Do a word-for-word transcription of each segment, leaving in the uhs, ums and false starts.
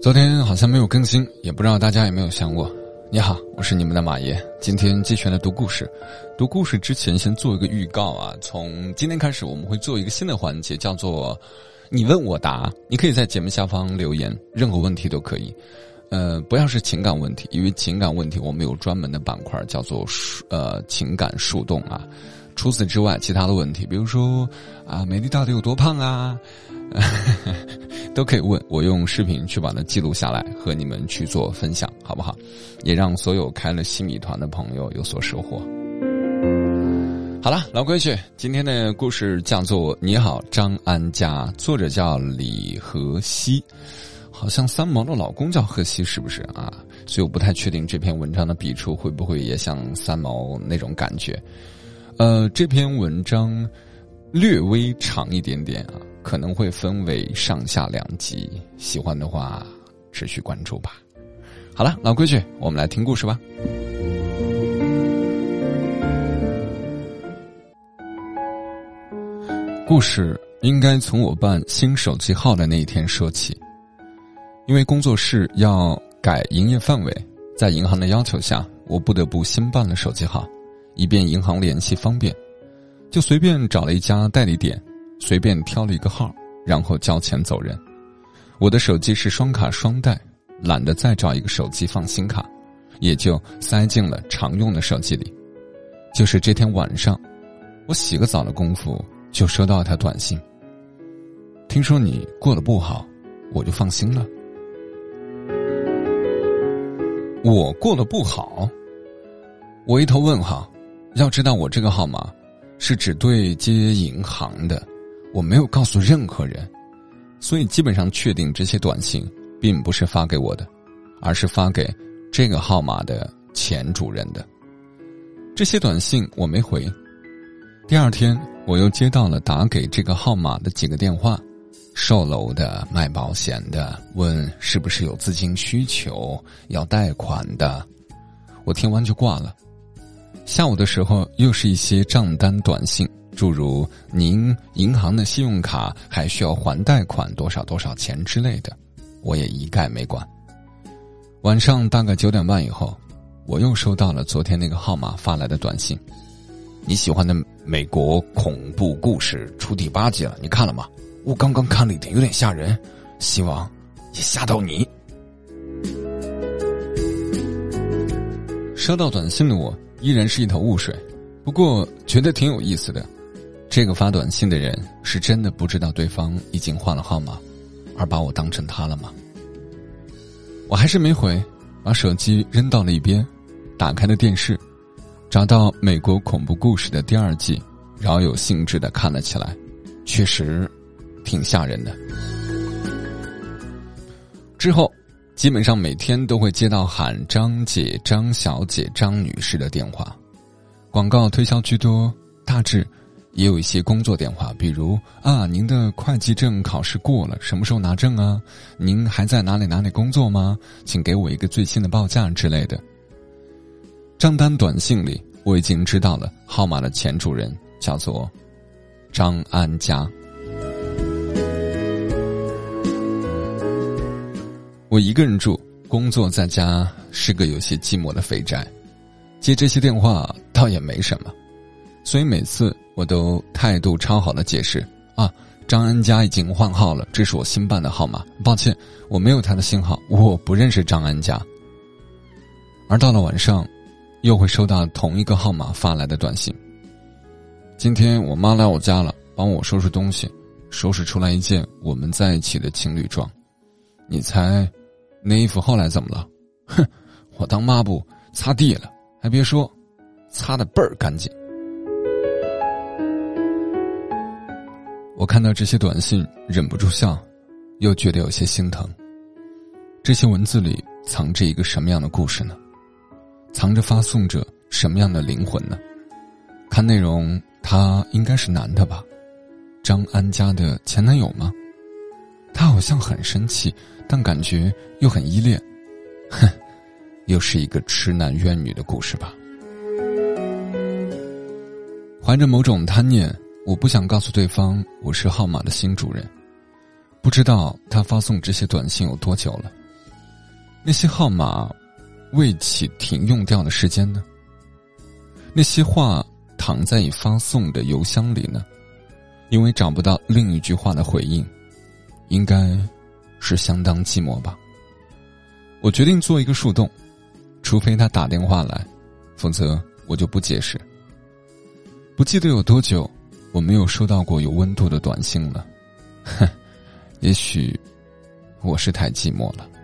昨天好像没有更新，也不知道大家有没有想我。你好，我是你们的马爷，今天继续来读故事。读故事之前先做一个预告啊，从今天开始我们会做一个新的环节，叫做你问我答。你可以在节目下方留言，任何问题都可以。呃，不要是情感问题，因为情感问题我们有专门的板块叫做呃情感树洞啊。除此之外，其他的问题，比如说啊，美丽到底有多胖啊，都可以问，我用视频去把它记录下来，和你们去做分享，好不好？也让所有开了新米团的朋友有所收获。好了，老规矩，今天的故事叫做《你好，张安家》，作者叫李和熙，好像三毛的老公叫荷西，是不是啊？所以我不太确定这篇文章的笔触会不会也像三毛那种感觉。呃，这篇文章略微长一点点啊，可能会分为上下两集，喜欢的话持续关注吧。好了，老规矩，我们来听故事吧。故事应该从我办新手机号的那一天说起。因为工作室要改营业范围，在银行的要求下，我不得不新办了手机号，以便银行联系方便，就随便找了一家代理点，随便挑了一个号，然后交钱走人。我的手机是双卡双待，懒得再找一个手机放新卡，也就塞进了常用的手机里。就是这天晚上，我洗个澡的功夫就收到一条短信，听说你过得不好，我就放心了。我过得不好？我一头问号。要知道我这个号码是只对接银行的，我没有告诉任何人，所以基本上确定这些短信并不是发给我的，而是发给这个号码的前主人的。这些短信我没回。第二天我又接到了打给这个号码的几个电话，售楼的、卖保险的，问是不是有资金需求，要贷款的。我听完就挂了。下午的时候又是一些账单短信，诸如您银行的信用卡还需要还贷款多少多少钱之类的，我也一概没管。晚上大概九点半以后，我又收到了昨天那个号码发来的短信，你喜欢的美国恐怖故事出第八集了，你看了吗？我刚刚看了一点，有点吓人，希望也吓到你。收到短信的我依然是一头雾水，不过觉得挺有意思的。这个发短信的人是真的不知道对方已经换了号码，而把我当成他了吗？我还是没回，把手机扔到了一边，打开了电视，找到美国恐怖故事的第二季，饶有兴致地看了起来，确实挺吓人的。之后基本上每天都会接到喊张姐、张小姐、张女士的电话，广告推销居多，大致也有一些工作电话，比如啊，您的会计证考试过了，什么时候拿证啊？您还在哪里哪里工作吗？请给我一个最新的报价之类的。账单短信里我已经知道了号码的前主人叫做张安家。我一个人住，工作在家，是个有些寂寞的肥宅，接这些电话倒也没什么，所以每次我都态度超好的解释啊，张安家已经换号了，这是我新办的号码，抱歉，我没有他的新号，我不认识张安家。而到了晚上，又会收到同一个号码发来的短信，今天我妈来我家了，帮我收拾东西，收拾出来一件我们在一起的情侣装，你猜那衣服后来怎么了？哼，我当抹布擦地了，还别说，擦得倍儿干净。我看到这些短信忍不住笑，又觉得有些心疼。这些文字里藏着一个什么样的故事呢？藏着发送者什么样的灵魂呢？看内容，他应该是男的吧？张安家的前男友吗？他好像很生气，但感觉又很依恋。哼，又是一个痴男怨女的故事吧。怀着某种贪念，我不想告诉对方我是号码的新主人。不知道他发送这些短信有多久了， 那些号码未起停用掉的时间呢？那些话躺在已发送的邮箱里呢？因为找不到另一句话的回应，应该是相当寂寞吧。我决定做一个树洞，除非他打电话来，否则我就不解释。不记得有多久我没有收到过有温度的短信了，哼，也许我是太寂寞了。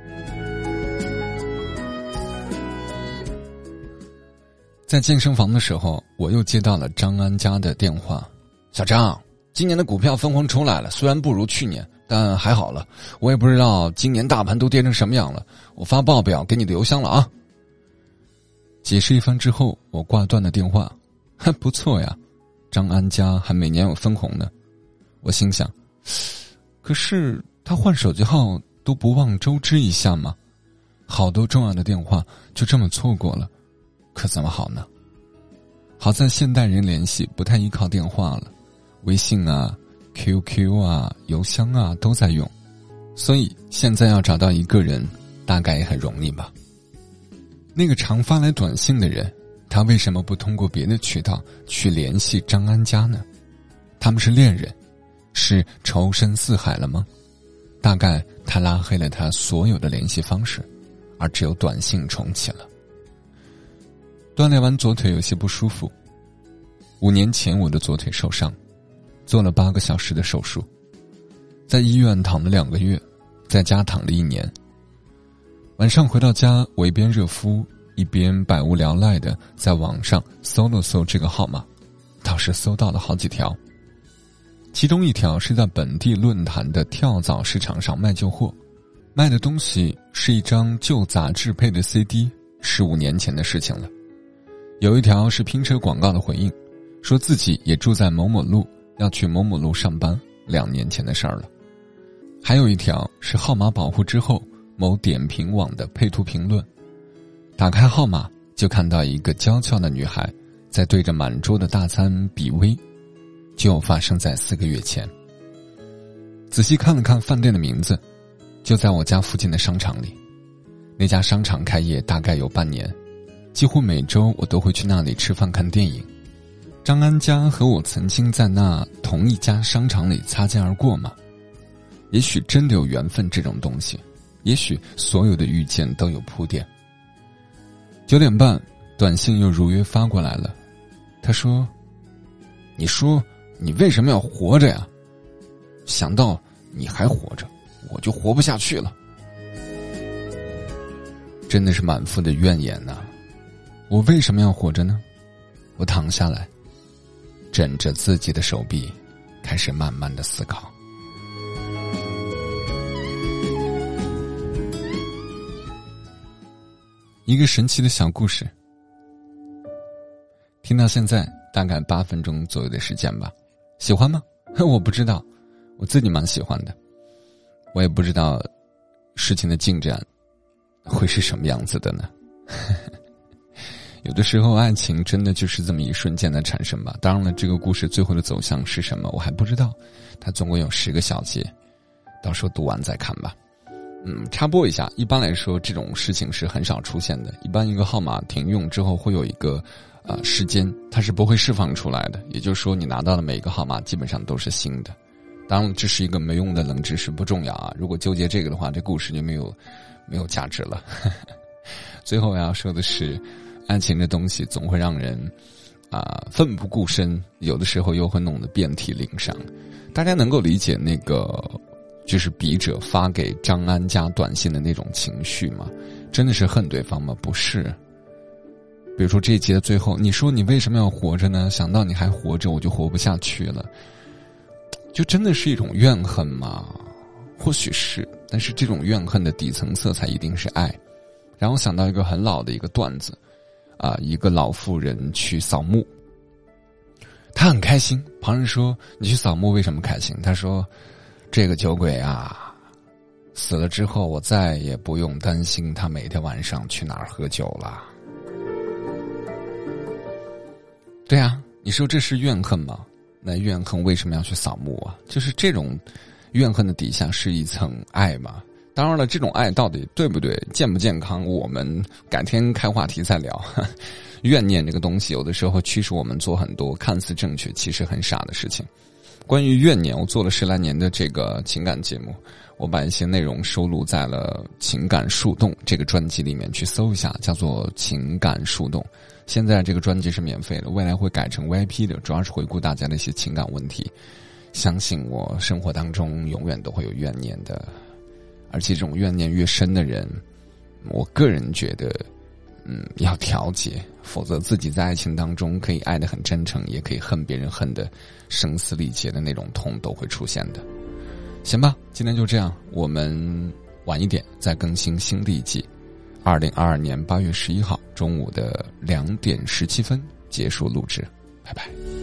在健身房的时候，我又接到了张安家的电话。小张，今年的股票分红出来了，虽然不如去年，但还好了。我也不知道今年大盘都跌成什么样了，我发报表给你的邮箱了啊。解释一番之后，我挂断了电话。还不错呀，张安家还每年有分红呢。我心想，可是他换手机号都不忘周知一下吗？好多重要的电话就这么错过了，可怎么好呢？好在现代人联系不太依靠电话了，微信啊、Q Q 啊、邮箱啊都在用，所以现在要找到一个人大概也很容易吧。那个常发来短信的人，他为什么不通过别的渠道去联系张安家呢？他们是恋人，是仇深似海了吗？大概他拉黑了他所有的联系方式，而只有短信重启了。锻炼完左腿有些不舒服，五年前我的左腿受伤，做了八个小时的手术，在医院躺了两个月，在家躺了一年。晚上回到家，我一边热敷，一边百无聊赖的在网上搜了搜这个号码，倒是搜到了好几条。其中一条是在本地论坛的跳蚤市场上卖旧货，卖的东西是一张旧杂志配的 C D， 是五年前的事情了。有一条是拼车广告的回应，说自己也住在某某路，要去某某路上班，两年前的事儿了。还有一条是号码保护之后某点评网的配图评论，打开号码就看到一个娇俏的女孩在对着满桌的大餐比微，就发生在四个月前。仔细看了看饭店的名字，就在我家附近的商场里。那家商场开业大概有半年，几乎每周我都会去那里吃饭看电影。张安家和我曾经在那同一家商场里擦肩而过吗？也许真的有缘分这种东西，也许所有的遇见都有铺垫。九点半，短信又如约发过来了。他说：你说你为什么要活着呀？想到你还活着，我就活不下去了。真的是满腹的怨言呐、啊！我为什么要活着呢？我躺下来，枕着自己的手臂，开始慢慢的思考。一个神奇的小故事，听到现在大概八分钟左右的时间吧。喜欢吗？我不知道，我自己蛮喜欢的。我也不知道事情的进展会是什么样子的呢？有的时候爱情真的就是这么一瞬间的产生吧。当然了，这个故事最后的走向是什么我还不知道，它总共有十个小节，到时候读完再看吧。嗯，插播一下，一般来说这种事情是很少出现的。一般一个号码停用之后会有一个呃时间，它是不会释放出来的。也就是说，你拿到的每一个号码基本上都是新的。当然，这是一个没用的冷知识，不重要啊。如果纠结这个的话，这故事就没有没有价值了。最后我要说的是，爱情的东西总会让人啊、呃、奋不顾身，有的时候又会弄得遍体鳞伤。大家能够理解那个就是笔者发给张安家短信的那种情绪吗？真的是恨对方吗？不是。比如说这一集的最后，你说你为什么要活着呢？想到你还活着，我就活不下去了。就真的是一种怨恨吗？或许是，但是这种怨恨的底层色彩一定是爱。然后想到一个很老的一个段子啊、呃，一个老妇人去扫墓，她很开心。旁人说：“你去扫墓为什么开心？”她说：“这个酒鬼啊，死了之后，我再也不用担心他每天晚上去哪儿喝酒了。”对啊，你说这是怨恨吗？那怨恨为什么要去扫墓啊？就是这种怨恨的底下是一层爱嘛。 当然了，这种爱到底对不对、健不健康，我们改天开话题再聊。怨念这个东西，有的时候驱使我们做很多看似正确，其实很傻的事情。关于怨念，我做了十来年的这个情感节目，我把一些内容收录在了情感树洞这个专辑里面，去搜一下，叫做情感树洞。现在这个专辑是免费的，未来会改成 V I P 的，主要是回顾大家的一些情感问题。相信我，生活当中永远都会有怨念的。而且这种怨念越深的人，我个人觉得嗯，要调节，否则自己在爱情当中可以爱得很真诚，也可以恨别人恨得声嘶力竭的那种痛都会出现的。行吧，今天就这样，我们晚一点再更新新的一季。二零二二年八月十一号中午的两点十七分结束录制，拜拜。